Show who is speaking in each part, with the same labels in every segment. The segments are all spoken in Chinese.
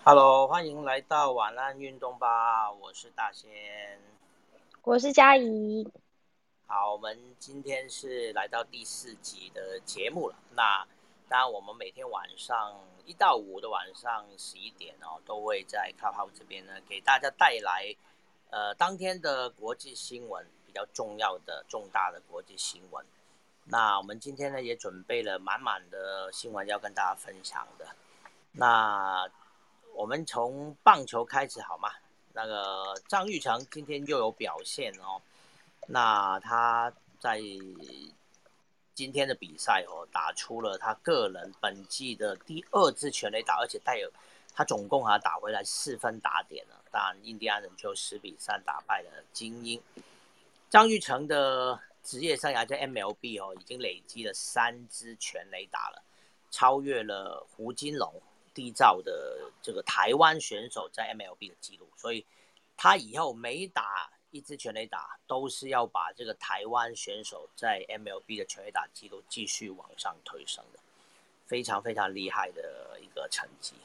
Speaker 1: Hello，欢迎来到晚安运动吧，我是大仙。
Speaker 2: 我是佳怡。
Speaker 1: 好，我们今天是来到第4集的节目了。那当然，我们每天晚上1到5的晚上11点都会在 Clubhouse 这边呢，给大家带来当天的国际新闻，比较重要的重大的国际新闻。那我们今天呢也准备了满满的新闻要跟大家分享的。那我们从棒球开始好吗？那个张玉成今天又有表现哦。那他在今天的比赛打出了他个人本季的第2支全垒打，而且带有他总共打回来4分打点了。当然，印第安人就10-3打败了精英。张玉成的职业生涯在 MLB 已经累积了3支全垒打了，超越了胡金龙缔造的这个台湾选手在 MLB 的记录，所以他以后每打一支全垒打，都是要把这个台湾选手在 MLB 的全垒打记录继续往上推升的，非常非常厉害的一个成绩。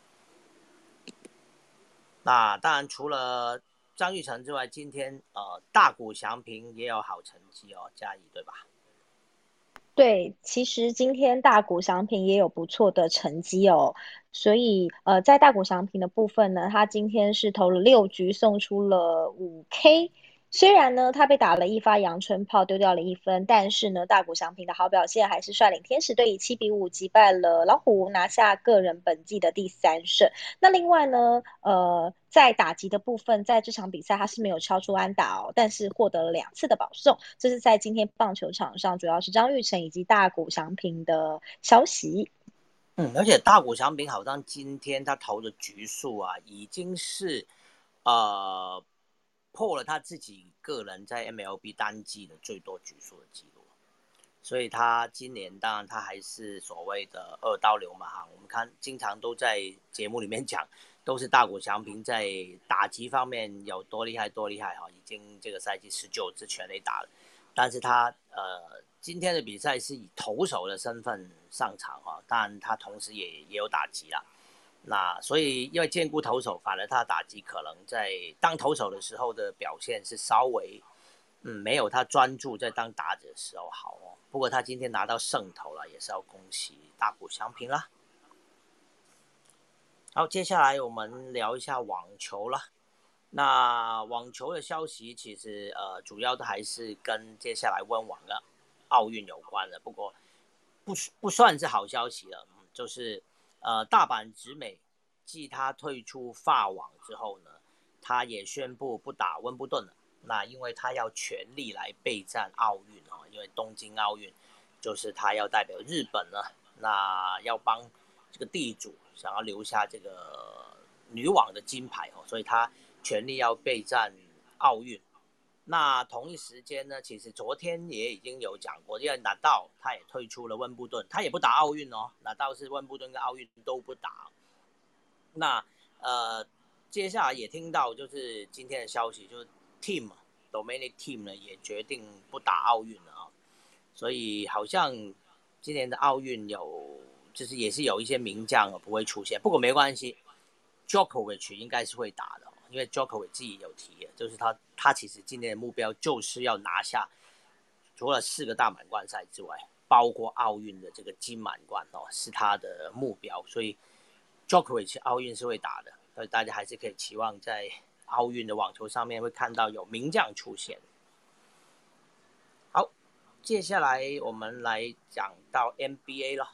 Speaker 1: 那当然，除了张玉成之外，今天大谷翔平也有好成绩哦，嘉怡对吧？
Speaker 2: 对，其实今天大谷翔平也有不错的成绩哦，所以在大谷翔平的部分呢，他今天是投了6局，送出了5K。虽然呢，他被打了一发阳春炮，丢掉了1分，但是呢，大谷翔平的好表现还是率领天使队以7-5击败了老虎，拿下个人本季的第3胜。那另外呢，在打击的部分，在这场比赛他是没有超出安打哦，但是获得了2次的保送。这是在今天棒球场上，主要是张玉成以及大谷翔平的消息。
Speaker 1: 而且大谷翔平好像今天他投的局数已经是呃破了他自己个人在 MLB 单季的最多局数的记录。所以他今年当然他还是所谓的二刀流嘛哈，我们看经常都在节目里面讲，都是大谷翔平在打击方面有多厉害多厉害哈，已经这个赛季19支全垒打了，但是他今天的比赛是以投手的身份上场哈，当然他同时也有打击啦。那所以因为兼顾投手，反而他打击可能在当投手的时候的表现是稍微没有他专注在当打者的时候好哦。不过他今天拿到胜投了，也是要恭喜大谷翔平啦。好，接下来我们聊一下网球了。那网球的消息其实主要的还是跟接下来温网的奥运有关的，不过不算是好消息了，就是大阪直美继他退出法网之后呢，他也宣布不打温布顿了。那因为他要全力来备战奥运因为东京奥运就是他要代表日本呢，那要帮这个地主想要留下这个女网的金牌所以他全力要备战奥运。那同一时间呢，其实昨天也已经有讲过，因为纳道他也退出了温布顿，他也不打奥运哦，纳道是温布顿跟奥运都不打。那接下来也听到就是今天的消息，就是 Dominic Team 呢也决定不打奥运了所以好像今年的奥运就是也是有一些名将不会出现，不过没关系，Djokovic 应该是会打的因为 Djokovic 自己有提，就是他其实今年的目标就是要拿下除了4个大满贯赛之外，包括奥运的这个金满贯是他的目标，所以 Djokovic 奥运是会打的，所以大家还是可以期望在奥运的网球上面会看到有名将出现。好，接下来我们来讲到 NBA 了。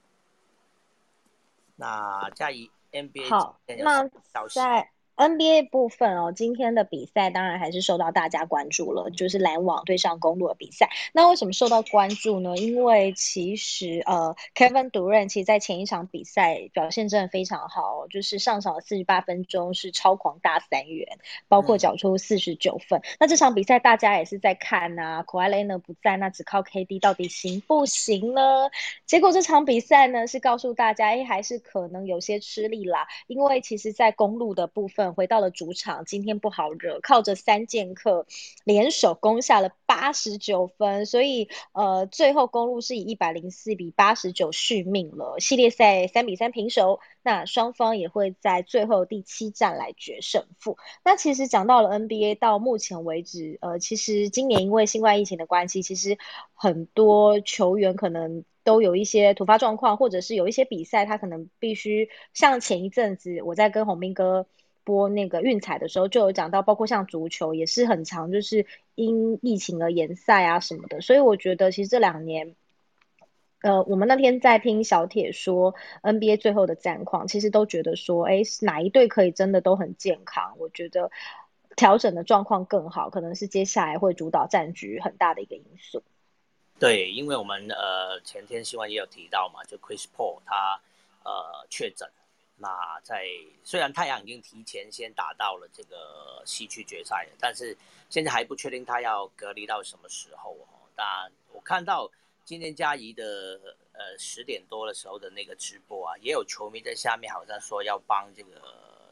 Speaker 1: 那在 NBA 今
Speaker 2: 好，
Speaker 1: 天有什么
Speaker 2: 那
Speaker 1: 消息？
Speaker 2: 在 NBA 部分哦，今天的比赛当然还是受到大家关注了，就是篮网对上公鹿的比赛。那为什么受到关注呢？因为其实Kevin Durant 其实在前一场比赛表现真的非常好哦，就是上场的48分钟是超狂大3元，包括
Speaker 1: 嗯，
Speaker 2: 缴出49分。那这场比赛大家也是在看啊 k a w h Leonard 不在，那只靠 KD 到底行不行呢？结果这场比赛呢，是告诉大家，哎，还是可能有些吃力啦。因为其实，在公路的部分们回到了主场，今天不好惹，靠着3剑客联手攻下了89分，所以最后公路是以104比89续命了，系列赛3-3平手。那双方也会在最后第7战来决胜负。那其实讲到了 NBA，到目前为止，其实今年因为新冠疫情的关系，其实很多球员可能都有一些突发状况，或者是有一些比赛他可能必须像前一阵子我在跟洪斌哥播那个运彩的时候，就有讲到，包括像足球也是很长，就是因疫情而延赛啊什么的。所以我觉得其实这2年。我们那天在听小铁说 NBA 最后的战况，其实都觉得说，哎，哪一队可以真的都很健康？我觉得调整的状况更好，可能是接下来会主导战局很大的一个因素。
Speaker 1: 对，因为我们前天新闻也有提到嘛，就 Chris Paul 他确诊，那虽然太阳已经提前先打到了这个西区决赛了，但是现在还不确定他要隔离到什么时候哦。当然，我看到今天嘉怡的10点多的时候的那个直播啊，也有球迷在下面好像说要帮这个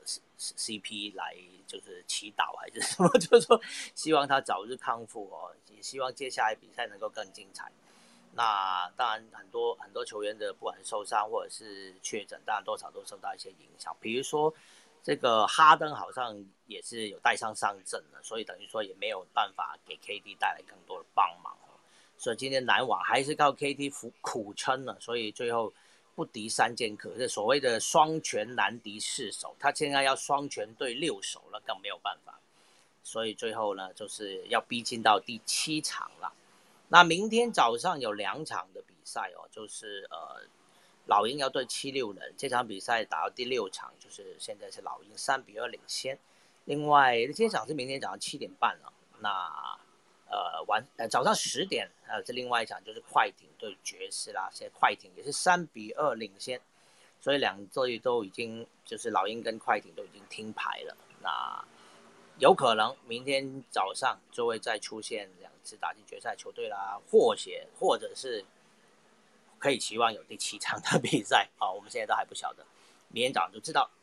Speaker 1: CP 来就是祈祷还是什么，就是说希望他早日康复哦，也希望接下来比赛能够更精彩。那当然很多球员的不管是受伤或者是确诊，当然多少都受到一些影响。比如说这个哈登好像也是有带伤阵了，所以等于说也没有办法给 KD 带来更多的帮忙。所以今天篮网还是靠 KT 苦撑了，所以最后不敌3剑客，这所谓的双拳难敌4手，他现在要双拳对6手了，更没有办法。所以最后呢，就是要逼近到第7场了。那明天早上有2场的比赛哦，就是老鹰要对76人，这场比赛打到第6场，就是现在是老鹰3-2领先。另外，这场是明天早上7点半了。那早上10点，这另外一场就是快艇对爵士啦。现在快艇也是3-2领先，所以两队都已经就是老鹰跟快艇都已经听牌了。那有可能明天早上就会再出现2支打进决赛球队啦，或者是可以期望有第7场的比赛啊，我们现在都还不晓得，明天早上就知道。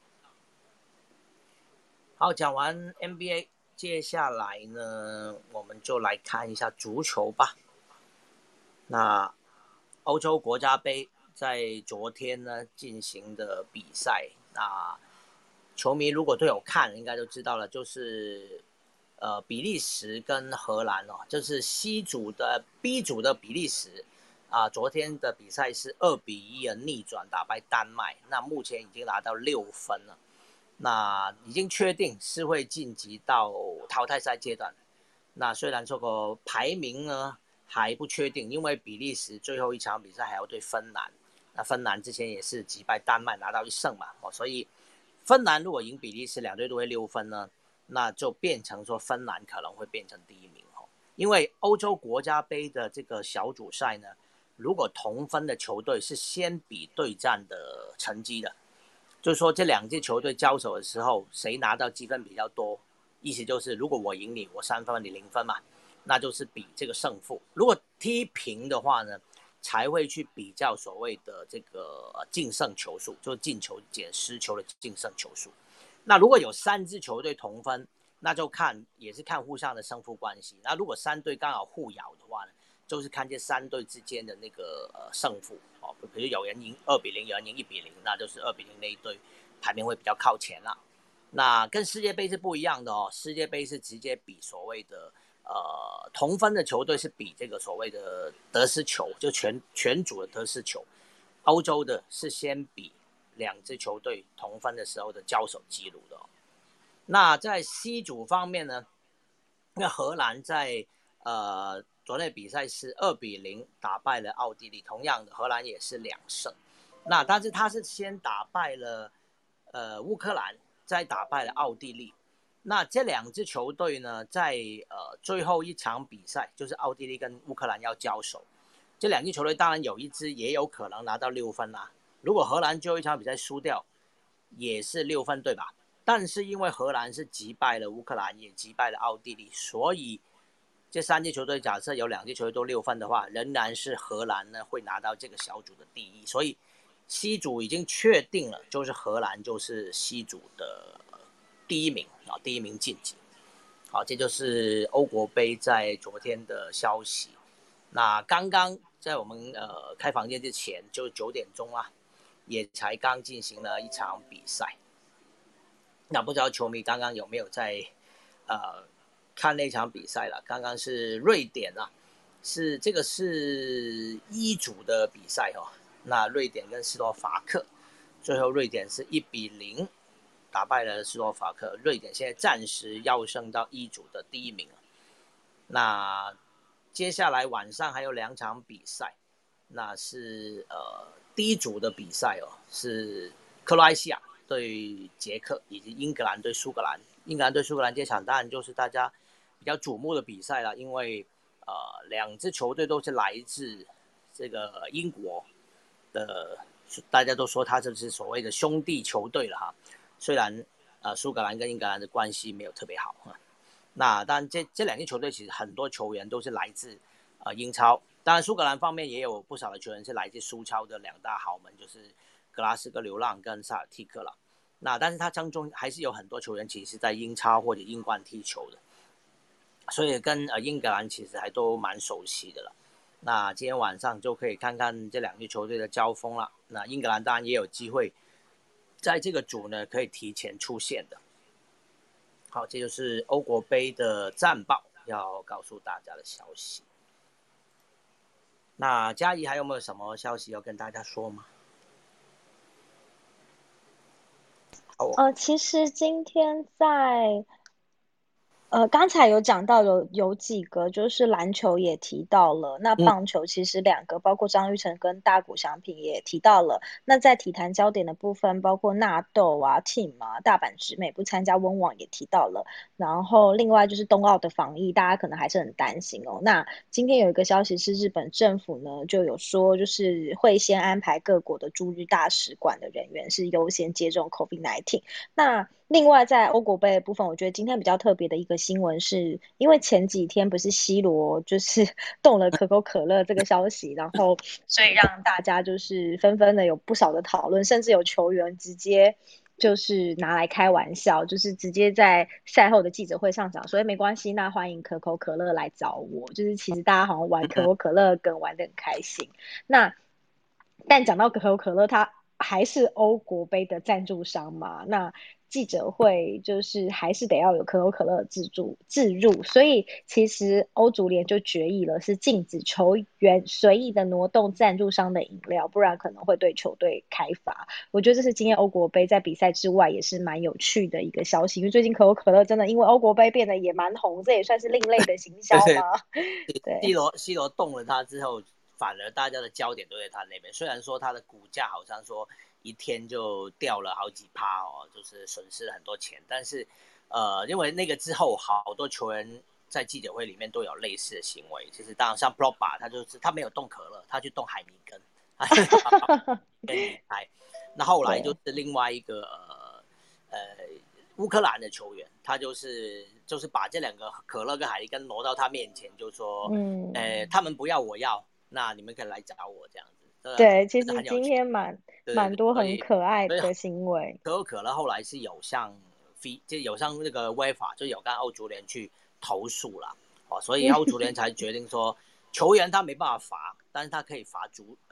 Speaker 1: 好，讲完 NBA，接下来呢，我们就来看一下足球吧。那欧洲国家杯在昨天呢进行的比赛，那球迷如果都有看，应该都知道了，就是比利时跟荷兰哦，就是C组的 B 组的比利时啊，昨天的比赛是2-1的逆转打败丹麦，那目前已经拿到6分了。那已经确定是会晋级到淘汰赛阶段。那虽然这个排名呢还不确定，因为比利时最后一场比赛还要对芬兰。那芬兰之前也是击败丹麦拿到1胜嘛，所以芬兰如果赢比利时，2队都会6分呢，那就变成说芬兰可能会变成第1名哦。因为欧洲国家杯的这个小组赛呢，如果同分的球队是先比对战的成绩的。就是说这2支球队交手的时候，谁拿到积分比较多，意思就是如果我赢你，我3分你0分嘛，那就是比这个胜负。如果踢平的话呢，才会去比较所谓的这个净胜球数，就是进球减失球的净胜球数。那如果有3支球队同分，那就也是看互相的胜负关系。那如果3队刚好互咬的话呢，就是看这3队之间的那个胜负哦，比如有人赢2-0，有人赢1-0，那就是2-0那一队排名会比较靠前啦。那跟世界杯是不一样的哦，世界杯是直接比所谓的同分的球队是比这个所谓的得失球，就全组的得失球。欧洲的是先比2支球队同分的时候的交手记录的哦。那在 C 组方面呢，那荷兰在昨天比赛是2-0打败了奥地利，同样的荷兰也是2胜。那但是他是先打败了乌克兰，再打败了奥地利。那这2支球队呢，在最后一场比赛，就是奥地利跟乌克兰要交手，这2支球队当然有一支也有可能拿到6分啦。如果荷兰最后一场比赛输掉，也是6分，对吧？但是因为荷兰是击败了乌克兰，也击败了奥地利，所以这3支球队假设有2支球队都6分的话，仍然是荷兰呢会拿到这个小组的第1。所以 C 组已经确定了，就是荷兰就是 C 组的第一名啊，第一名晋级。好，这就是欧国杯在昨天的消息。那刚刚在我们开房间之前，就9点钟啦，也才刚进行了一场比赛。那不知道球迷刚刚有没有在看那场比赛了？刚刚是瑞典啊，这个是一组的比赛哦。那瑞典跟斯洛伐克，最后瑞典是1-0打败了斯洛伐克，瑞典现在暂时要升到一组的第一名。那接下来晚上还有2场比赛，那是第一组的比赛哦，是克罗埃西亚对捷克，以及英格兰对苏格兰。英格兰对苏格兰这场当然就是大家比较瞩目的比赛了，因为2支球队都是来自这个英国的，大家都说他这是所谓的兄弟球队了哈。虽然苏格兰跟英格兰的关系没有特别好，那当然这2支球队其实很多球员都是来自英超，当然苏格兰方面也有不少的球员是来自苏超的2大豪门，就是格拉斯哥流浪跟萨尔蒂克了。那但是他当中还是有很多球员其实是在英超或者英冠踢球的，所以跟英格兰其实还都蛮熟悉的了。那今天晚上就可以看看这2支球队的交锋了。那英格兰当然也有机会在这个组呢可以提前出现的。好，这就是欧国杯的战报要告诉大家的消息。那嘉怡还有没有什么消息要跟大家说吗？好
Speaker 2: 其实今天在刚才有讲到有几个，就是篮球也提到了，那棒球其实2个，包括张育成跟大谷翔平也提到了。那在体坛焦点的部分，包括纳豆啊、Team 啊、大阪直美不参加温网也提到了。然后另外就是冬奥的防疫，大家可能还是很担心哦。那今天有一个消息是，日本政府呢就有说，就是会先安排各国的驻日大使馆的人员是优先接种 COVID-19。那另外，在欧国杯的部分，我觉得今天比较特别的一个新闻是，因为前几天不是 C 罗就是动了可口可乐这个消息，然后所以让大家就是纷纷的有不少的讨论，甚至有球员直接就是拿来开玩笑，就是直接在赛后的记者会上讲说，没关系，那欢迎可口可乐来找我，就是其实大家好像玩可口可乐梗玩得很开心。那但讲到可口可乐，它还是欧国杯的赞助商嘛，那记者会就是还是得要有可口可乐自入，所以其实欧足联就决议了，是禁止球员随意的挪动赞助商的饮料，不然可能会对球队开罚。我觉得这是今天欧国杯在比赛之外也是蛮有趣的一个消息，因为最近可口可乐真的因为欧国杯变得也蛮红，这也算是另类的行销吗？
Speaker 1: 对
Speaker 2: 对。
Speaker 1: C 罗动了他之后，反而大家的焦点都在他那边。虽然说他的股价好像说一天就掉了好几趴哦，就是损失了很多钱，但是因为那个之后好多球员在记者会里面都有类似的行为，其实当然像 Pogba 他没有动可乐，他去动海尼根，跟离开。那后来就
Speaker 2: 对，
Speaker 1: 是另外一个呃乌克兰的球员，他就是把这2个可乐跟海尼根挪到他面前，就说，
Speaker 2: 嗯。
Speaker 1: 他们不要我要，那你们可以来找我这样子，
Speaker 2: 对，其实今
Speaker 1: 真的很有趣。
Speaker 2: 天蛮
Speaker 1: 对对对，
Speaker 2: 蛮多很
Speaker 1: 所以
Speaker 2: 可爱
Speaker 1: 所以
Speaker 2: 的行为。
Speaker 1: 可口可乐后来是有向那个 UEFA 就有跟欧足联去投诉了，所以欧足联才决定说，球员他没办法罚，但是他可以罚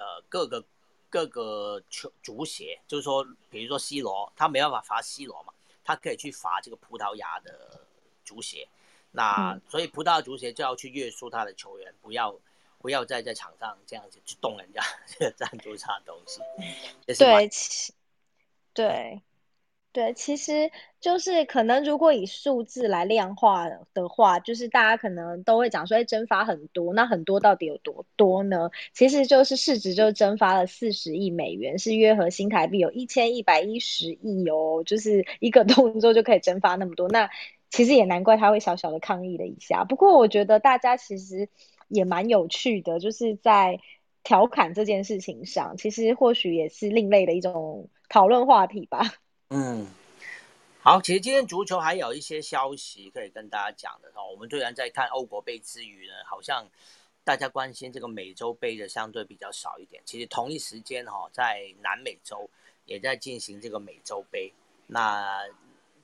Speaker 1: 各个足协，就是说，比如说 C 罗，他没办法罚 C 罗嘛，他可以去罚这个葡萄牙的足协。那
Speaker 2: 嗯，
Speaker 1: 所以葡萄牙足协就要去约束他的球员，不要再在场上这样子去动人家这个赞助商的东西，也是蛮
Speaker 2: 对，对。对，其实就是可能如果以数字来量化的话，就是大家可能都会讲说，哎，蒸发很多，那很多到底有多多呢？其实就是市值就蒸发了40亿美元，是约合新台币有1110亿哦，就是一个动作就可以蒸发那么多。那其实也难怪他会小小的抗议了一下。不过我觉得大家其实也蛮有趣的，就是在调侃这件事情上，其实或许也是另类的一种讨论话题吧。
Speaker 1: 嗯。好，其实今天足球还有一些消息可以跟大家讲的哦。我们虽然在看欧国杯之余呢，好像大家关心这个美洲杯的相对比较少一点。其实同一时间在南美洲也在进行这个美洲杯。那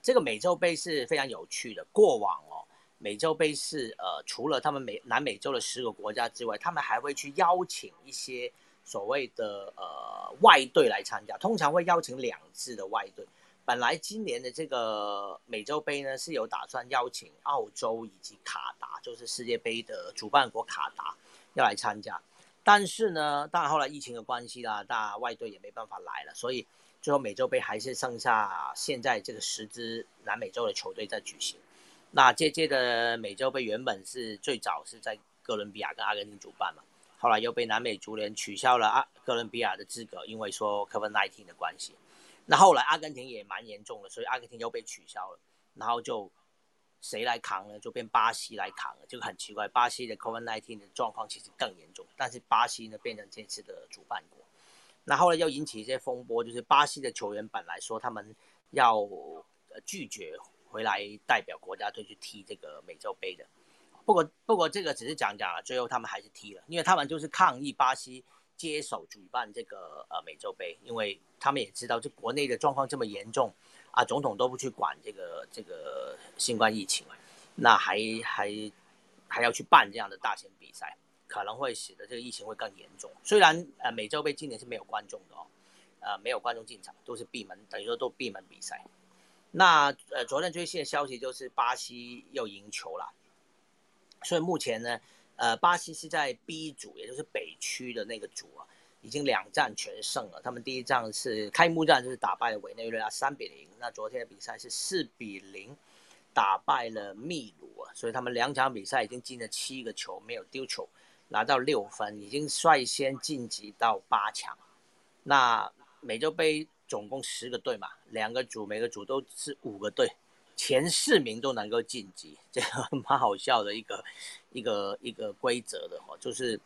Speaker 1: 这个美洲杯是非常有趣的。过往美洲杯是除了他们南美洲的10个国家之外，他们还会去邀请一些所谓的外队来参加，通常会邀请2支的外队。本来今年的这个美洲杯呢是有打算邀请澳洲以及卡达，就是世界杯的主办国卡达要来参加，但是呢，当然后来疫情的关系啦，大外队也没办法来了，所以最后美洲杯还是剩下现在这个10支南美洲的球队在举行。那这届的美洲杯原本是最早是在哥伦比亚跟阿根廷主办嘛，后来又被南美足联取消了哥伦比亚的资格，因为说 COVID-19 的关系。那后来阿根廷也蛮严重的，所以阿根廷又被取消了，然后就谁来扛呢？就变巴西来扛了，就很奇怪。巴西的 COVID-19 的状况其实更严重，但是巴西呢变成这次的主办国。那后来又引起一些风波，就是巴西的球员本来说他们要拒绝回来代表国家队去踢这个美洲杯的。不过这个只是讲讲了，最后他们还是踢了，因为他们就是抗议巴西接手主办这个美洲杯，因为他们也知道这国内的状况这么严重啊，总统都不去管这个新冠疫情，那还要去办这样的大型比赛，可能会使得这个疫情会更严重。虽然美洲杯今年是没有观众的没有观众进场，都是闭门，等于说都闭门比赛。那昨天最新的消息就是巴西又赢球了。所以目前呢，巴西是在 B 组，也就是北区的那个组已经2战全胜了。他们第一战是开幕战就是打败了委内瑞拉3-0，那昨天的比赛是4-0打败了秘鲁所以他们2场比赛已经进了7个球，没有丢球，拿到6分，已经率先晋级到8强。那美洲杯总共10个队嘛，2个组，每个组都是5个队。前4名都能够晋级，这个蛮好笑的一个规则的就是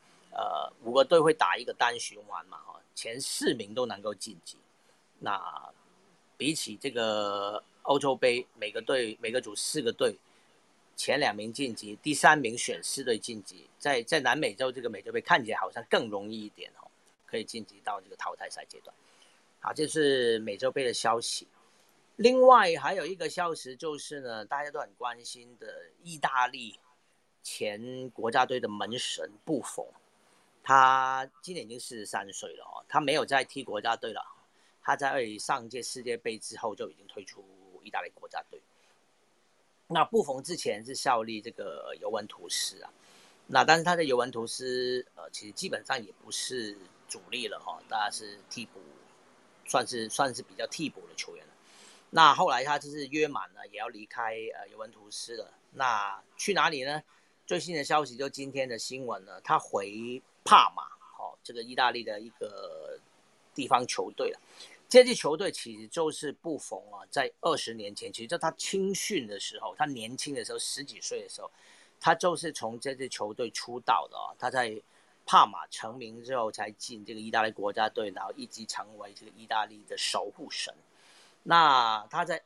Speaker 1: 5个队会打一个单循环嘛前4名都能够晋级。那比起这个欧洲杯，每个组4个队，前2名晋级，第3名选4队晋级，在南美洲这个美洲杯看起来好像更容易一点可以晋级到这个淘汰赛阶段。好，这是美洲杯的消息。另外还有一个消息就是呢，大家都很关心的意大利前国家队的门神布冯，他今年已经43岁了他没有再踢国家队了，他在上届世界杯之后就已经退出意大利国家队。那布冯之前是效力这个尤文图斯那但是他在尤文图斯其实基本上也不是主力了大家是替补，算是比较替补的球员了。那后来他就是约满了，也要离开尤文图斯了。那去哪里呢？最新的消息就今天的新闻呢，他回帕马，这个意大利的一个地方球队了。这支球队其实就是布冯在20年前，其实在他青训的时候，他年轻的时候10几岁的时候，他就是从这支球队出道的他在帕马成名之后才进这个意大利国家队，然后一直成为这个意大利的守护神。那他在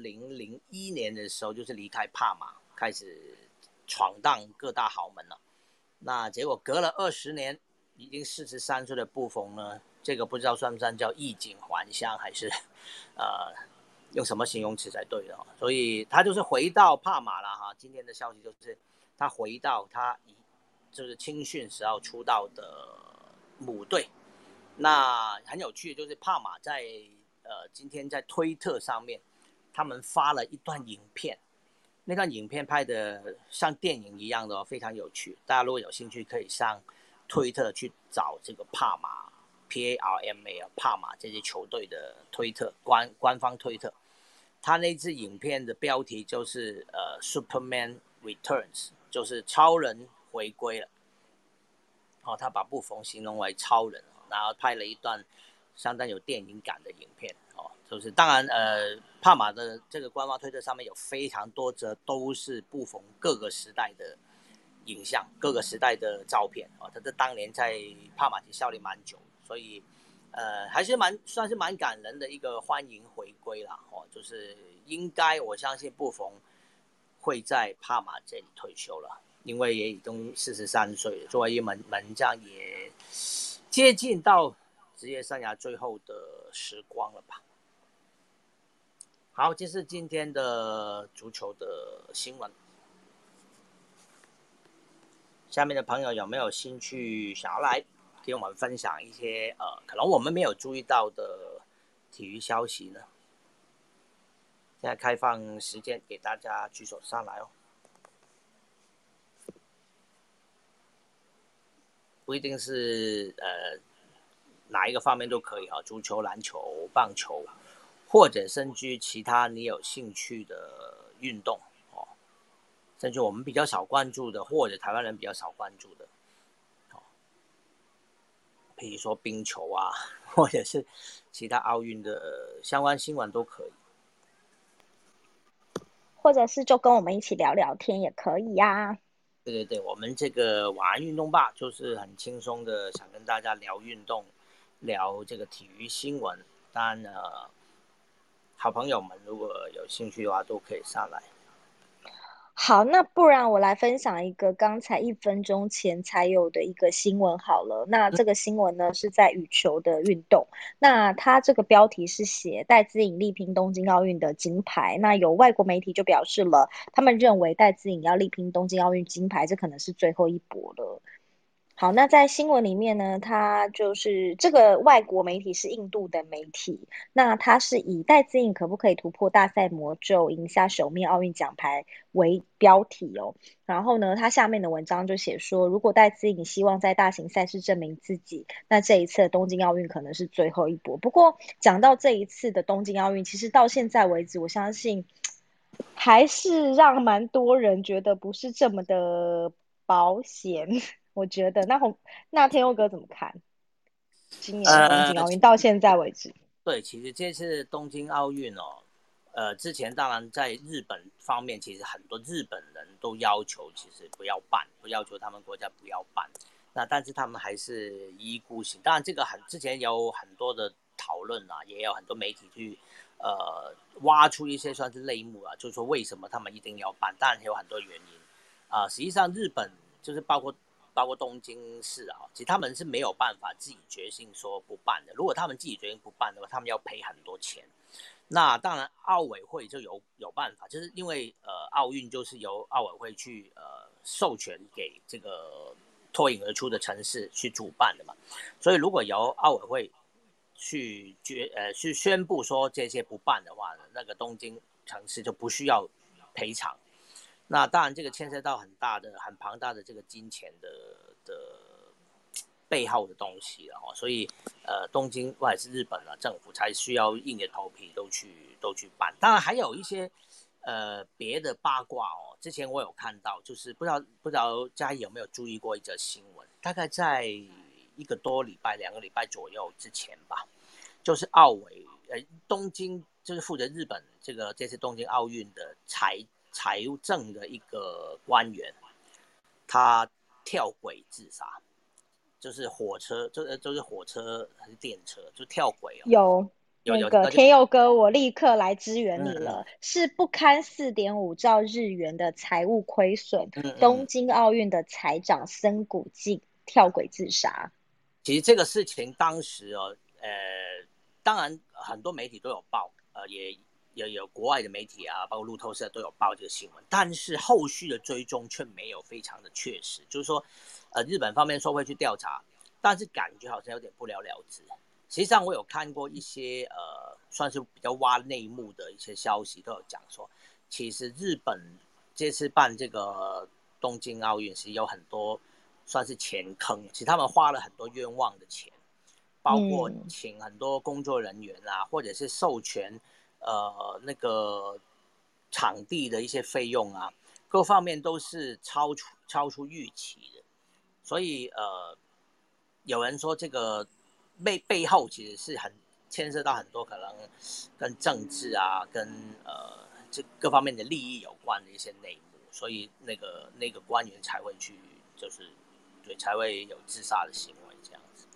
Speaker 1: 2001年的时候就是离开帕马，开始闯荡各大豪门了。那结果隔了20年，已经43岁的布冯呢，这个不知道算不算叫衣锦还乡，还是用什么形容词才对的所以他就是回到帕马了今天的消息就是他回到他就是青训时候出道的母队。那很有趣的就是帕马在今天在推特上面，他们发了一段影片，那段影片拍的像电影一样的非常有趣。大家如果有兴趣，可以上推特去找这个帕马 PARMA 帕马这些球队的推特官方推特。他那支影片的标题就是Superman Returns， 就是超人回归了。他把布冯形容为超人，然后拍了一段相当有电影感的影片就是当然帕马的这个官方推特上面有非常多则都是布冯各个时代的影像，各个时代的照片他在当年在帕马其实效力蛮久，所以还是算是蛮感人的一个欢迎回归啦就是应该我相信布冯会在帕马这里退休了，因为也已经43岁了，作为一门将也接近到职业生涯最后的时光了吧。 好，这是今天的足球的新闻。下面的朋友有没有兴趣想要来给我们分享一些可能我们没有注意到的体育消息呢？现在开放时间给大家举手上来哦，不一定是哪一个方面都可以哈，足球、篮球、棒球，或者甚至其他你有兴趣的运动哦，甚至我们比较少关注的，或者台湾人比较少关注的，比如说冰球啊，或者是其他奥运的相关新闻都可以。
Speaker 2: 或者是就跟我们一起聊聊天也可以呀。
Speaker 1: 对对对，我们这个晚安运动吧，就是很轻松的想跟大家聊运动，聊这个体育新闻。当然好朋友们如果有兴趣的话，都可以上来。
Speaker 2: 好，那不然我来分享一个刚才1分钟前才有的一个新闻好了。那这个新闻呢是在羽球的运动，那它这个标题是写戴资颖力拼东京奥运的金牌。那有外国媒体就表示了，他们认为戴资颖要力拼东京奥运金牌，这可能是最后一搏了。好，那在新闻里面呢，它就是这个外国媒体是印度的媒体，那它是以戴资颖可不可以突破大赛魔咒，赢下首面奥运奖牌为标题哦。然后呢，它下面的文章就写说，如果戴资颖希望在大型赛事证明自己，那这一次的东京奥运可能是最后一搏。不过讲到这一次的东京奥运，其实到现在为止，我相信还是让蛮多人觉得不是这么的保险。我觉得那天佑哥怎么看今年的东京奥运到现在为止？
Speaker 1: 对，其实这次东京奥运哦，之前当然在日本方面，其实很多日本人都要求其实不要办，不要求他们国家不要办。那但是他们还是一意孤行。当然，这个之前有很多的讨论啊，也有很多媒体去挖出一些算是类目啊，就是说为什么他们一定要办？当然有很多原因实际上日本就是包括东京市啊，其实他们是没有办法自己决定说不办的。如果他们自己决定不办的话，他们要赔很多钱。那当然，奥委会就有办法，就是因为奥运就是由奥委会去授权给这个脱颖而出的城市去主办的嘛。所以如果由奥委会去宣布说这些不办的话呢，那个东京城市就不需要赔偿。那当然，这个牵涉到很庞大的这个金钱的背后的东西了哦，所以东京或者是日本啊政府才需要硬着头皮都去办。当然还有一些别的八卦哦，之前我有看到，就是不知道嘉义有没有注意过一则新闻，大概在1个多礼拜、2个礼拜左右之前吧，就是东京就是负责日本这次东京奥运的财政的一个官员，他跳轨自杀，就是火车，就是火车还是电车，就跳轨哦。
Speaker 2: 有
Speaker 1: 有有
Speaker 2: 那个天佑哥，我立刻来支援
Speaker 1: 嗯嗯
Speaker 2: 你了，是不堪4.5兆日元的财务亏损，
Speaker 1: 嗯嗯，
Speaker 2: 东京奥运的财长森谷静跳轨自杀。
Speaker 1: 其实这个事情当时哦，当然很多媒体都有报，也有国外的媒体啊，包括路透社都有报这个新闻，但是后续的追踪却没有非常的确实，就是说，日本方面说会去调查，但是感觉好像有点不了了之。实际上，我有看过一些算是比较挖内幕的一些消息，都有讲说，其实日本这次办这个东京奥运是有很多算是钱坑，其实他们花了很多冤枉的钱，包括
Speaker 2: 嗯
Speaker 1: 请很多工作人员啊，或者是授权那个场地的一些费用啊，各方面都是超出预期的。所以有人说这个背后其实是很牵涉到很多可能跟政治啊，跟这各方面的利益有关的一些内幕，所以那个官员才会去就是对才会有自杀的行为这样子。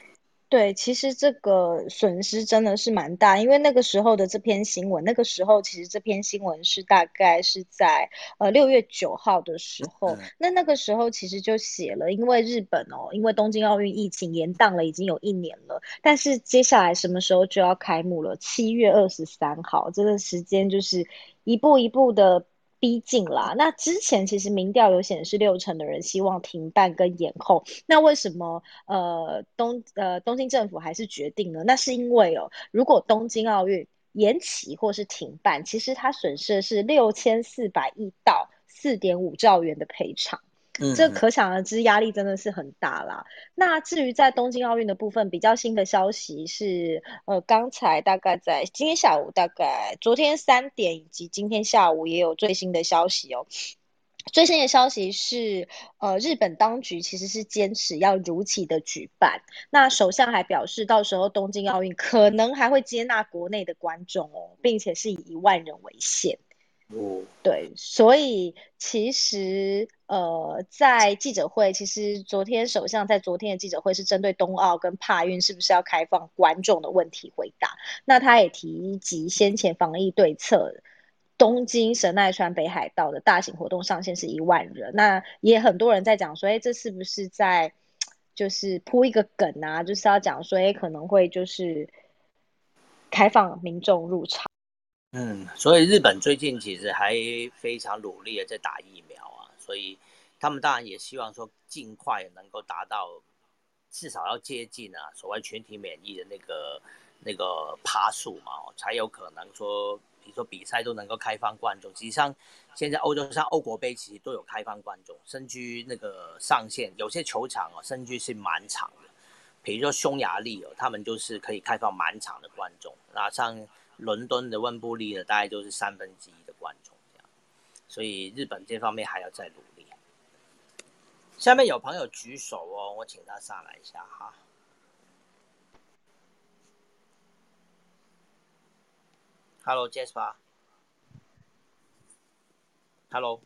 Speaker 2: 对，其实这个损失真的是蛮大，因为那个时候的这篇新闻，那个时候其实这篇新闻是大概是在6月9号的时候，
Speaker 1: 嗯
Speaker 2: 那个时候其实就写了，因为日本哦，因为东京奥运疫情延宕了已经有1年了，但是接下来什么时候就要开幕了？7月23号，这个时间就是一步一步的逼近啦。那之前其实民调有显示60%的人希望停办跟延后，那为什么东京政府还是决定呢？那是因为哦，如果东京奥运延期或是停办，其实它损失的是6400亿到4.5兆元的赔偿。这
Speaker 1: 嗯嗯
Speaker 2: 可想而知，压力真的是很大啦。那至于在东京奥运的部分，比较新的消息是，刚才大概在今天下午，大概昨天3点以及今天下午也有最新的消息哦。最新的消息是，日本当局其实是坚持要如期的举办。那首相还表示，到时候东京奥运可能还会接纳国内的观众哦，并且是以1万人为限。
Speaker 1: 哦
Speaker 2: 对，所以其实在记者会，其实昨天首相在昨天的记者会是针对冬奥跟帕运是不是要开放观众的问题回答。那他也提及先前防疫对策，东京神奈川北海道的大型活动上限是1万人。那也很多人在讲说，哎，这是不是在就是铺一个梗啊？就是要讲说，哎，可能会就是开放民众入场。
Speaker 1: 嗯，所以日本最近其实还非常努力的在打疫苗啊，所以他们当然也希望说尽快能够达到至少要接近啊所谓群体免疫的那个趴数嘛，才有可能说，比如说比赛都能够开放观众。实际上，现在欧洲像欧国杯其实都有开放观众，甚至那个上限有些球场哦，甚至是满场的。比如说匈牙利哦，他们就是可以开放满场的观众。那像伦敦的温布利呢，大概就是1/3的观众这样。所以日本这方面还要再努力。下面有朋友举手哦，我请他上来一下哈。Hello Jasper。Hello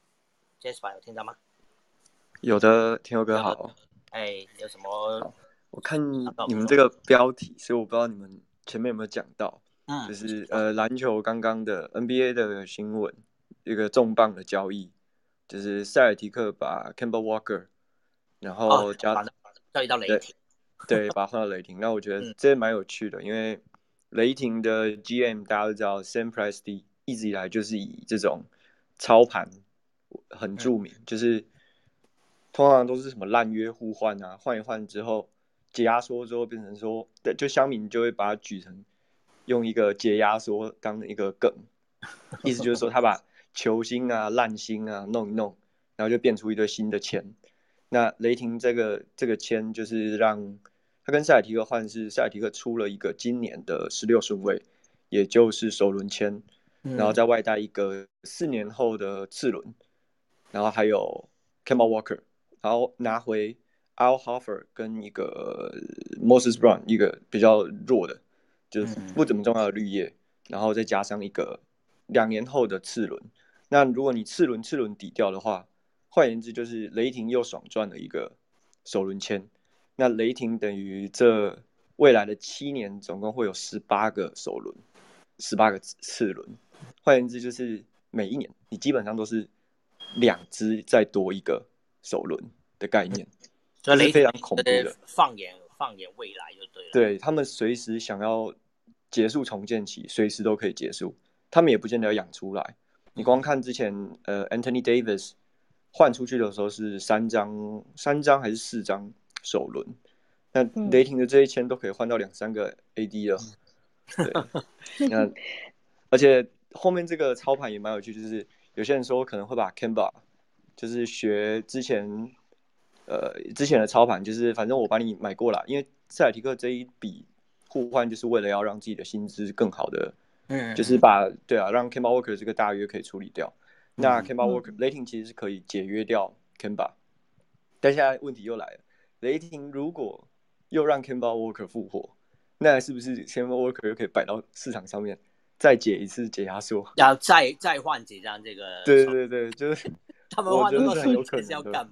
Speaker 1: Jasper，有听到吗？
Speaker 3: 有的，天佑哥
Speaker 1: 有。
Speaker 3: 好。
Speaker 1: 哎，有什么
Speaker 3: 好，我看
Speaker 1: 想跟我们说？
Speaker 3: 你们这个标题，所以我不知道你们前面有没有讲到，
Speaker 1: 嗯，
Speaker 3: 就是篮球刚刚的 NBA 的新闻，一个重磅的交易，就是塞尔提克把 Kemba Walker，然
Speaker 1: 哦，
Speaker 3: 后加
Speaker 1: 反正交易到雷
Speaker 3: 对
Speaker 1: 霆。
Speaker 3: 对，把他换到雷霆。那我觉得
Speaker 1: 嗯
Speaker 3: 这蛮有趣的，因为雷霆的 GM 大家都知道，Sam Presti 一直以来就是以这种操盘很
Speaker 1: 嗯
Speaker 3: 著名，就是通常都是什么烂约互换啊，换一换之后解压缩之后变成说，对，就乡民就会把它举成用一个解压缩当一个梗，意思就是说他把球星啊、烂星啊弄一弄，然后就变出一堆新的签。那雷霆这个签就是让他跟塞尔提克换，是塞尔提克出了一个今年的16顺位，也就是首轮签，然后
Speaker 1: 嗯
Speaker 3: 再外带一个4年后的次轮，然后还有 Kemba Walker，然后拿回 Al Horford 跟一个 Moses Brown 一个比较弱的，就是不
Speaker 1: 嗯
Speaker 3: 怎么重要的绿叶，然后再加上一个2年后的次轮。那如果你次轮抵掉的话，换言之就是雷霆又爽赚了一个首轮签。那雷霆等于这未来的7年总共会有18个首轮，18个次轮。换言之就是每一年你基本上都是2支再多一个首轮的概
Speaker 1: 嗯，
Speaker 3: 念，
Speaker 1: 所以雷霆
Speaker 3: 这是非常恐怖的。
Speaker 1: 放眼未来就对了。
Speaker 3: 对，他们随时想要结束重建期，随时都可以结束。他们也不见得要养出来。你光看之前Anthony Davis 换出去的时候是3张还是4张首轮，那雷
Speaker 2: 嗯。
Speaker 3: 霆的这一签都可以换到2、3个 AD 了。对，那而且后面这个操盘也蛮有趣，就是有些人说可能会把 Kemba 就是学之前的操盘，就是反正我把你买过来，因为塞尔提克这一笔互换就是为了要让自己的薪资更好的，就是让 Kemba Walker 这个大约可以处理掉。那 Kemba Walker 雷霆其实是可以解约掉 Kemba，但现在问题又来了，雷霆如果又让 Kemba Walker 复活，那是不是 Kemba Walker 又可以摆到市场上面再解一次解压缩？
Speaker 1: 要再换几张这个手，
Speaker 3: 对对对，就是
Speaker 1: 他们
Speaker 3: 我觉得
Speaker 1: 换那么多
Speaker 3: 是很有可
Speaker 1: 手机是要
Speaker 3: 能的。
Speaker 1: 干嘛？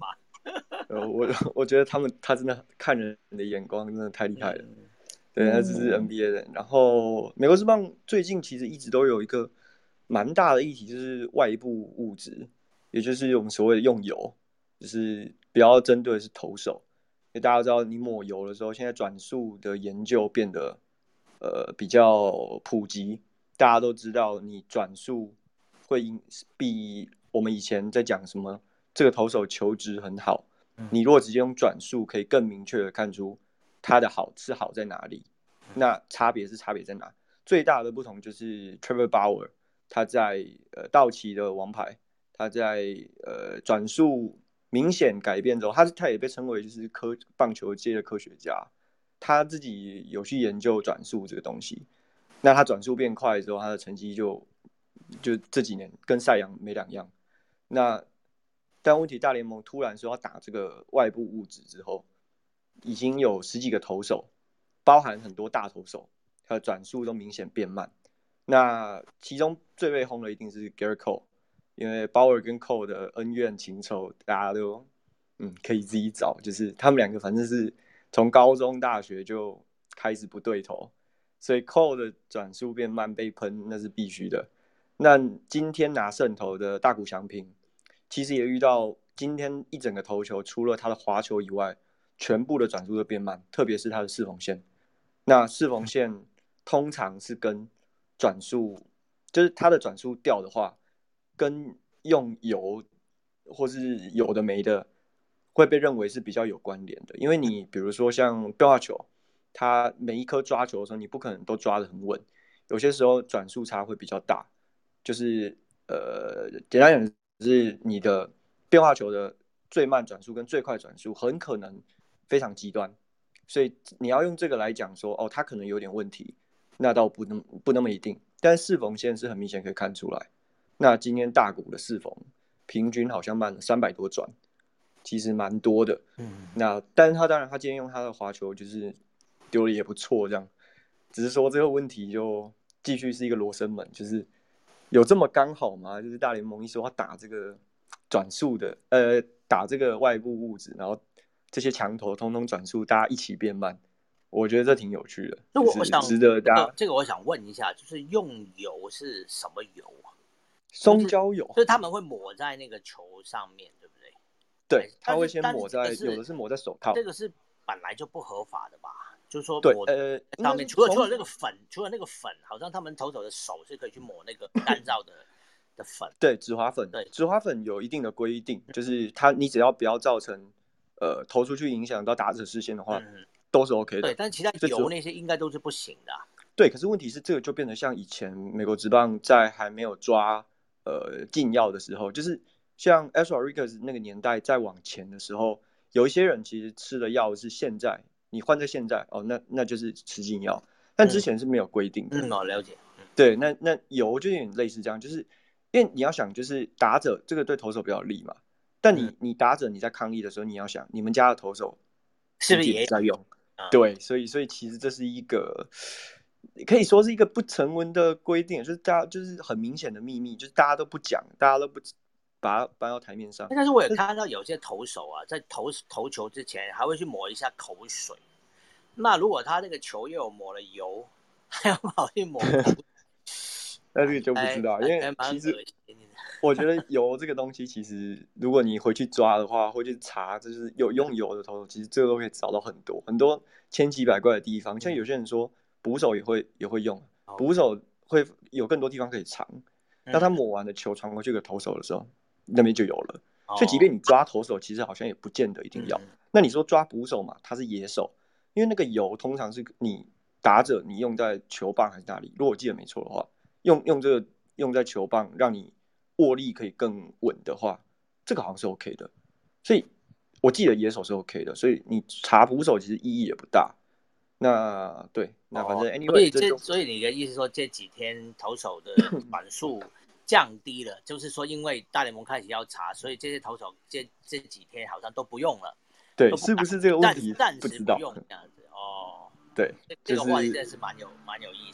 Speaker 3: 我觉得他真的看人的眼光真的太厉害了。对，那这是 NBA 的。然后美国职棒最近其实一直都有一个蛮大的议题，就是外部物质，也就是我们所谓的用油，就是不要针对的是投手，因为大家知道你抹油的时候，现在转速的研究变得比较普及，大家都知道你转速会比我们以前在讲什么这个投手球质很好，你如果直接用转速，可以更明确的看出它的好是好在哪里。那差别在哪？最大的不同就是 Trevor Bauer 他在道奇的王牌，他在转速明显改变之后，他也被称为就是棒球界的科学家，他自己有去研究转速这个东西。那他转速变快之后，他的成绩就这几年跟赛扬没两样。那但问题大联盟突然说要打这个外部物质之后，已经有10几个投手，包含很多大投手，他的转速都明显变慢。那其中最被轰的一定是 Gerrit Cole， 因为 Bauer 跟 Cole 的恩怨情仇，大家都可以自己找，就是他们两个反正是从高中、大学就开始不对头，所以 Cole 的转速变慢被喷那是必须的。那今天拿胜投的大谷翔平，其实也遇到今天一整个投球，除了他的滑球以外，全部的转速都变慢，特别是他的四缝线。那四缝线通常是跟转速，就是它的转速掉的话，跟用油或是有的没的，会被认为是比较有关联的。因为你比如说像变化球，它每一颗抓球的时候，你不可能都抓得很稳，有些时候转速差会比较大。就是简单讲是你的变化球的最慢转速跟最快转速很可能非常极端，所以你要用这个来讲说，哦，它可能有点问题，那倒不那么一定。但四缝线是很明显可以看出来。那今天大谷的四缝平均好像慢了300多转，其实蛮多的。那但是他当然他今天用他的滑球就是丢的也不错，这样。只是说这个问题就继续是一个罗生门，就是有这么刚好吗？就是大联盟一说要打这个转速的，打这个外部物质，然后这些强头通通转速，大家一起变慢，我觉得这挺有趣的，就是
Speaker 1: 那我想
Speaker 3: 值得大家。
Speaker 1: 这个我想问一下，就是用油是什么油啊？
Speaker 3: 松焦油，
Speaker 1: 就是他们会抹在那个球上面，对不对？
Speaker 3: 对，他会先
Speaker 1: 但是
Speaker 3: 抹在，有的是抹在手套，
Speaker 1: 这个是本来就不合法的吧？就是说
Speaker 3: 对，
Speaker 1: 抹上面，
Speaker 3: 应该是
Speaker 1: 除了那个粉，好像他们投手的手是可以去抹那个干燥的粉。
Speaker 3: 对，止滑粉，
Speaker 1: 对，
Speaker 3: 止滑粉有一定的规定，就是你只要不要造成投出去影响到打者视线的话，都是 OK 的。
Speaker 1: 对，但其他油那些应该都是不行的。
Speaker 3: 对，可是问题是这个就变得像以前美国职棒在还没有抓禁药的时候，就是像 Astro Rodriguez 那个年代再往前的时候，有一些人其实吃的药是现在你换在现在哦，那就是吃禁药，但之前是没有规定的。
Speaker 1: 我了解。
Speaker 3: 对，那油就有点类似这样，就是因为你要想，就是打者这个对投手比较利嘛，但你打者你在抗议的时候，你要想你们家的投手是不是也在用？对，所以其实这是一个可以说是一个不成文的规定，就是大家就是很明显的秘密，就是大家都不讲，大家都不把它搬到台面上。
Speaker 1: 但是我也看到有些投手啊，在投球之前还会去抹一下口水。那如果他那个球又有抹了油，还要跑去抹口水，
Speaker 3: 那这个就不知道，因为其实我觉得油这个东西，其实如果你回去抓的话，会去查，就是有用油的投手，其实这个都可以找到很多千奇百怪的地方。像有些人说捕手也会用，捕手会有更多地方可以藏。那他抹完的球传过去给投手的时候，那边就有了。所以即便你抓投手，其实好像也不见得一定要。那你说抓捕手嘛，他是野手，因为那个油通常是你打者你用在球棒还是哪里？如果我记得没错的话，用这个用在球棒，让你握力可以更稳的话，这个好像是 OK 的。所以我记得野手是 OK 的，所以你查捕手其实意义也不大。那对，那反正 anyway，
Speaker 1: 所以你的意思说这几天投手的转速降低了，就是说因为大联盟开始要查，所以这些投手这几天好像都不用了。
Speaker 3: 对，是不是这个问题？
Speaker 1: 暂时
Speaker 3: 不知道。
Speaker 1: 不用这样子哦。
Speaker 3: 对，
Speaker 1: 这个话题真的是蛮有意思的。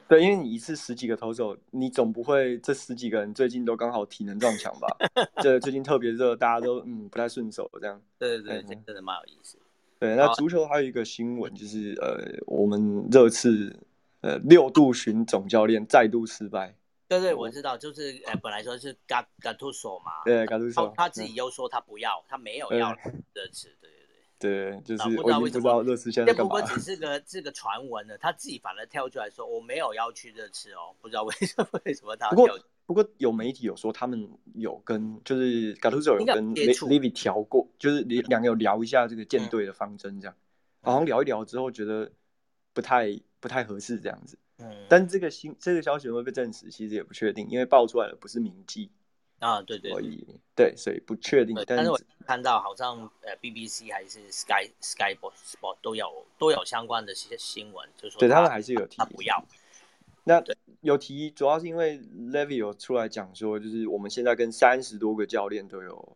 Speaker 3: 对，因为你一次十几个投手，你总不会这十几个人最近都刚好体能撞墙吧？这最近特别热，大家都不太顺手这样。
Speaker 1: 对对对，这真的蛮有意思。
Speaker 3: 对，那足球还有一个新闻就是我们热刺6度寻总教练再度失败。
Speaker 1: 对对，我知道，就是本来说是 Gattuso 嘛，
Speaker 3: 对，Gattuso
Speaker 1: 他自己又说他不要，他没有要热刺，对对对。
Speaker 3: 对，就是
Speaker 1: 不知
Speaker 3: 我已经不知
Speaker 1: 道为什么，
Speaker 3: 道热刺现在在干嘛了。
Speaker 1: 这不过只是个传闻呢，他自己反而跳出来说我没有要去热刺哦，不知道为什么他要跳。
Speaker 3: 不过有媒体有说他们有跟就是 Gattuso 有跟
Speaker 1: 接触
Speaker 3: Levy 调过，就是两个有聊一下这个舰队的方针这样，好像聊一聊之后觉得不太合适这样子。但这个消息会不会被证实，其实也不确定，因为爆出来的不是明记
Speaker 1: 啊，对对对，
Speaker 3: 对，所以不确定。
Speaker 1: 但是我看到好像BBC 还是 Sky Sport 都有相关的新闻，就是说
Speaker 3: 对他们还是有提
Speaker 1: 他不要。
Speaker 3: 那有提，主要是因为 Levy 有出来讲说，就是我们现在跟30多个教练都有，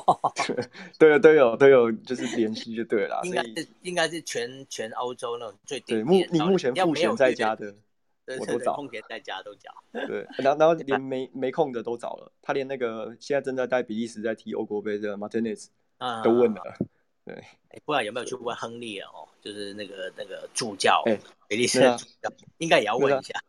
Speaker 3: 都有就是联系就对了，
Speaker 1: 应该是全欧洲那种最顶
Speaker 3: 对，
Speaker 1: 尖。
Speaker 3: 你目前赋闲在家的，
Speaker 1: 对
Speaker 3: 我都找，
Speaker 1: 空闲在家都找。
Speaker 3: 对，然后连没空的都找了，他连那个现在正在带比利时在踢欧国杯的 Martinez 都问了，对。
Speaker 1: 不知道有没有去问亨利哦，就是那个助教，比利时
Speaker 3: 的
Speaker 1: 助教，应该也要问一下。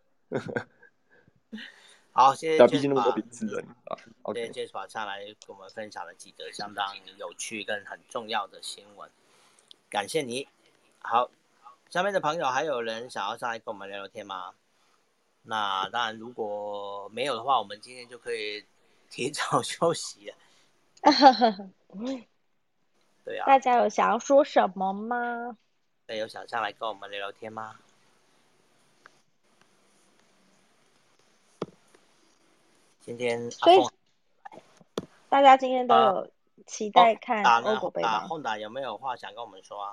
Speaker 1: 好，谢谢 Jasper，
Speaker 3: 毕竟那么多比利时人啊。
Speaker 1: 谢谢 Jasper 上来跟我们分享了几则相当有趣跟很重要的新闻，感谢你。好，下面的朋友还有人想要上来跟我们聊聊天吗？那当然，如果没有的话，我们今天就可以提早休息了。对啊，
Speaker 2: 大家有想要说什么吗？
Speaker 1: 对，有想上来跟我们聊聊天吗？今天
Speaker 2: 所以大家今天都有期待看欧国杯吗
Speaker 1: ？Honda 有没有话想跟我们说啊？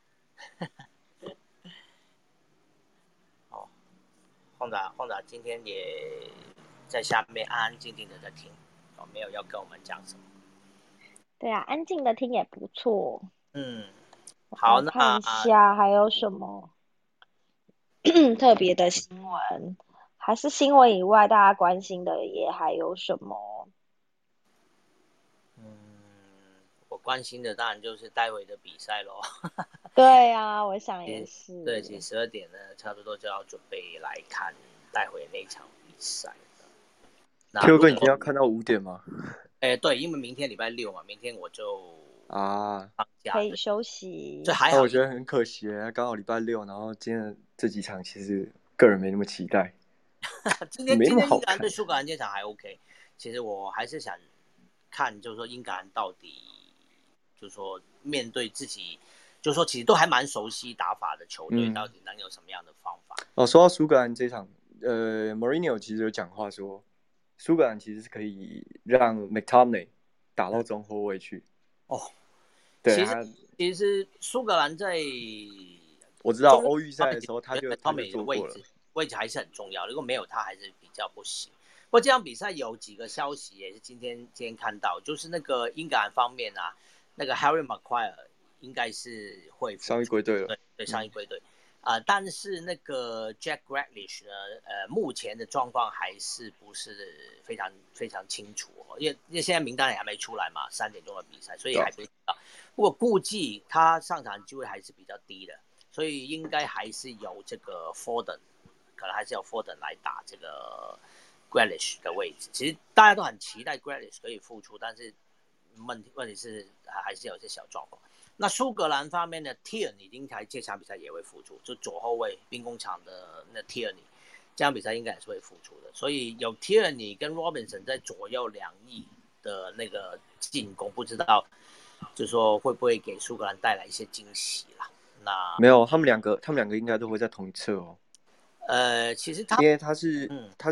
Speaker 1: 哦，Honda 今天也在下面安安静静的在听，没有要跟我们讲什么。
Speaker 2: 对啊，安静的听也不错。
Speaker 1: 好，
Speaker 2: 那看一下还有什么特别的新闻，还是新闻以外大家关心的也还有什么？
Speaker 1: 我关心的当然就是待会的比赛咯。
Speaker 2: 对啊，我想也是。
Speaker 1: 对，其实12点呢，差不多就要准备来看待会那场比赛了。
Speaker 3: Q 哥已经要看到5点吗？
Speaker 1: 对，因为明天礼拜6嘛，明天我就放假
Speaker 2: 可以休息。
Speaker 1: 这还好，
Speaker 3: 我觉得很可惜，刚好礼拜6，然后今天这几场其实个人没那么期待。
Speaker 1: 今天英格兰对苏格兰这场还 OK， 其实我还是想看，就是说英格兰到底，就是说面对自己，就是说其实都还蛮熟悉打法的球队，到底能有什么样的方法？
Speaker 3: 说到苏格兰这场，Mourinho 其实有讲话说，苏格兰其实是可以让 McTominay 打到中后卫去。对，
Speaker 1: 其实苏格兰在
Speaker 3: 我知道欧预赛的时候他就做过了，
Speaker 1: 位置还是很重要，如果没有他还是比较不行。不过这场比赛有几个消息也是今天看到，就是那个英格兰方面啊，那个 Harry Maguire 应该是会
Speaker 3: 伤愈归队了，
Speaker 1: 对，伤愈归队。但是那个 Jack Grealish 呢，目前的状况还是不是非常非常清楚因为现在名单也还没出来嘛，3点钟的比赛，所以还不知道。不过估计他上场机会还是比较低的，所以应该还是由这个 Foden， 可能还是由 Foden 来打这个 Grealish 的位置。其实大家都很期待 Grealish 可以复出，但是问题是还是有一些小状况。那苏格兰方面的 Tierney 应该这场比赛也会复出，就左后卫兵工厂的那 Tierney， 这场比赛应该也是会复出的。所以有 Tierney 跟 Robinson 在左右两翼的那个进攻，不知道就是说会不会给苏格兰带来一些惊喜啦？那
Speaker 3: 没有，他们两个应该都会在同一侧哦。
Speaker 1: 其实
Speaker 3: 因为他是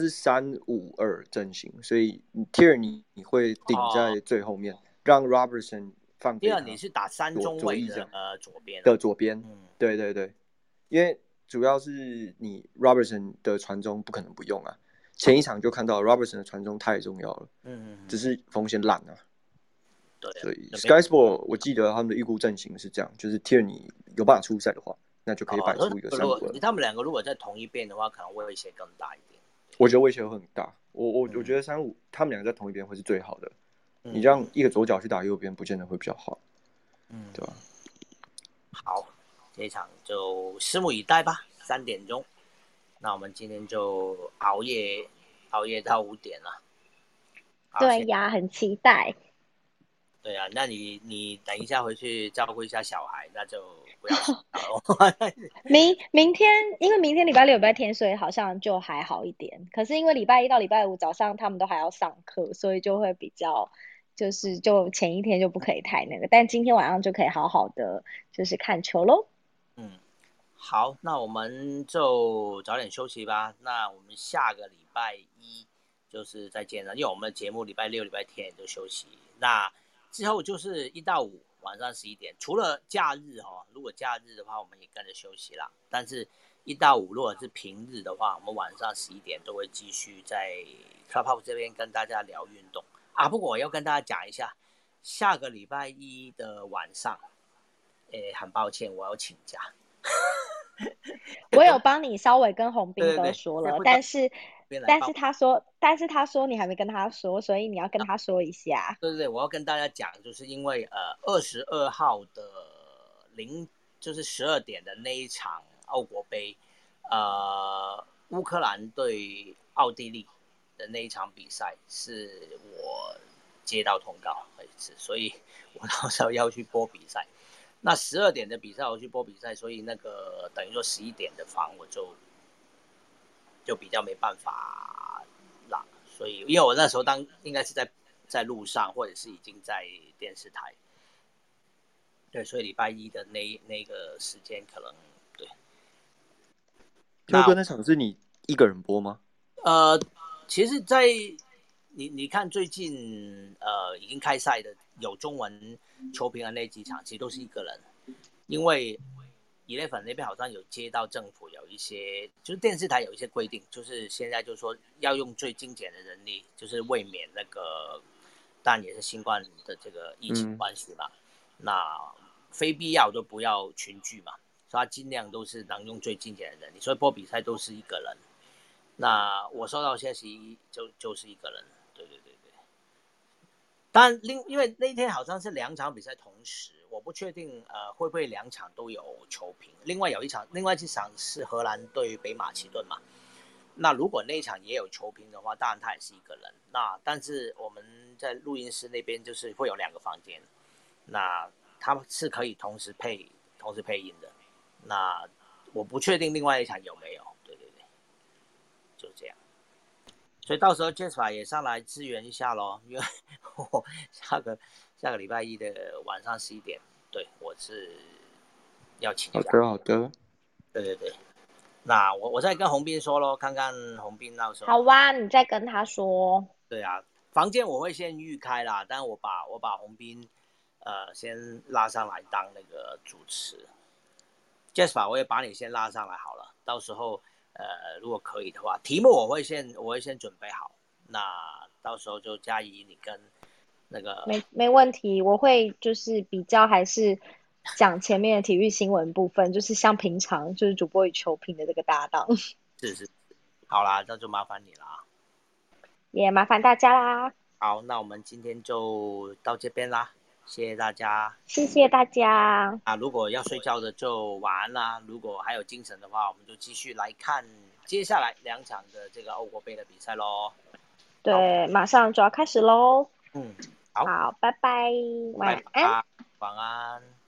Speaker 3: 3-5-2阵型，所以 Tierney 你会顶在最后面，让 Robertson 放给他。
Speaker 1: 你是打3中卫的
Speaker 3: 左边，对对对，因为主要是你 Robertson 的传中不可能不用啊。前一场就看到 Robertson 的传中太重要了，只是锋线烂啊。
Speaker 1: 对，
Speaker 3: 所以 Sky Sport 我记得他们的预估阵型是这样，就是 Tierney 有办法出赛的话， 那就可以摆出一个3-5-2。
Speaker 1: 他们两个如果在同一边的话，可能威胁更大一点。
Speaker 3: 我觉得威胁会很大。我觉得3-5他们两个在同一边会是最好的。你这样一个左脚去打右边，不见得会比较好。对吧？
Speaker 1: 好，这一场就拭目以待吧。3点钟，那我们今天就熬夜到5点了。
Speaker 2: 对呀，很期待。
Speaker 1: 对啊，那你等一下回去照顾一下小孩，那就不要睡觉了。
Speaker 2: 明天，因为明天礼拜六、礼拜天，所以好像就还好一点。可是因为礼拜一到礼拜五早上他们都还要上课，所以就会比较，就前一天就不可以太那个。但今天晚上就可以好好的就是看球喽。
Speaker 1: 好，那我们就早点休息吧。那我们下个礼拜一就是再见了，因为我们的节目礼拜六、礼拜天也都休息。那之后就是1到5晚上11点，除了假日如果假日的话，我们也跟着休息啦。但是1到5如果是平日的话，我们晚上11点都会继续在 Clubhouse 这边跟大家聊运动啊。不过我要跟大家讲一下，下个礼拜一的晚上，很抱歉，我要请假。
Speaker 2: 我有帮你稍微跟洪斌哥
Speaker 1: 对对对，
Speaker 2: 说了，但是他说你还没跟他说，所以你要跟他说一下。
Speaker 1: 对对对，我要跟大家讲，就是因为22号的就是12点的那一场奥国杯，乌克兰对奥地利的那一场比赛是我接到通告所以我到时候要去播比赛。那12点的比赛我去播比赛，所以那个等于说11点的房我就比较没办法啦。所以因为我那时候应该是在路上，或者是已经在电视台，对，所以礼拜一的那个时间可能对。
Speaker 3: 跳哥那场是你一个人播吗？
Speaker 1: 其实你看最近已经开赛的有中文球评的那几场，其实都是一个人，因为 Eleven 那边好像有接到政府有一些，就是电视台有一些规定，就是现在就是说要用最精简的人力，就是为免那个，当然也是新冠的这个疫情关系嘛，那非必要都不要群聚嘛，所以他尽量都是能用最精简的人力，所以播比赛都是一个人。那我收到消息就是一个人，对对对对。当然因为那天好像是2场比赛同时，我不确定会不会2场都有球评。另外一场是荷兰对北马其顿嘛。那如果那一场也有球评的话，当然他也是一个人。那但是我们在录音室那边就是会有2个房间，那他是可以同时配音的。那我不确定另外一场有没有，对对对，就这样。所以到时候 Jasper 也上来支援一下咯，因为我下个礼拜一的晚上11点，对，我是要请假。
Speaker 3: 好的。
Speaker 1: 对对对，那我再跟洪斌说咯，看看洪斌到时候。
Speaker 2: 好啊，你再跟他说。
Speaker 1: 对啊，房间我会先预开啦，但我把洪斌先拉上来当那个主持。Jasper 我也把你先拉上来好了，到时候如果可以的话，题目我会先准备好，那到时候就嘉怡你跟那个
Speaker 2: 没问题，我会就是比较还是讲前面的体育新闻部分，就是像平常就是主播与球评的这个搭档。
Speaker 1: 是，好啦，那就麻烦你啦，
Speaker 2: 也麻烦大家啦。
Speaker 1: 好，那我们今天就到这边啦，谢谢大家。
Speaker 2: 谢谢大家。
Speaker 1: 如果要睡觉的就晚安啦，如果还有精神的话，我们就继续来看接下来2场的这个欧国杯的比赛咯。
Speaker 2: 对，马上就要开始喽。
Speaker 1: 好，
Speaker 2: 好，拜拜，晚安。
Speaker 1: 晚安。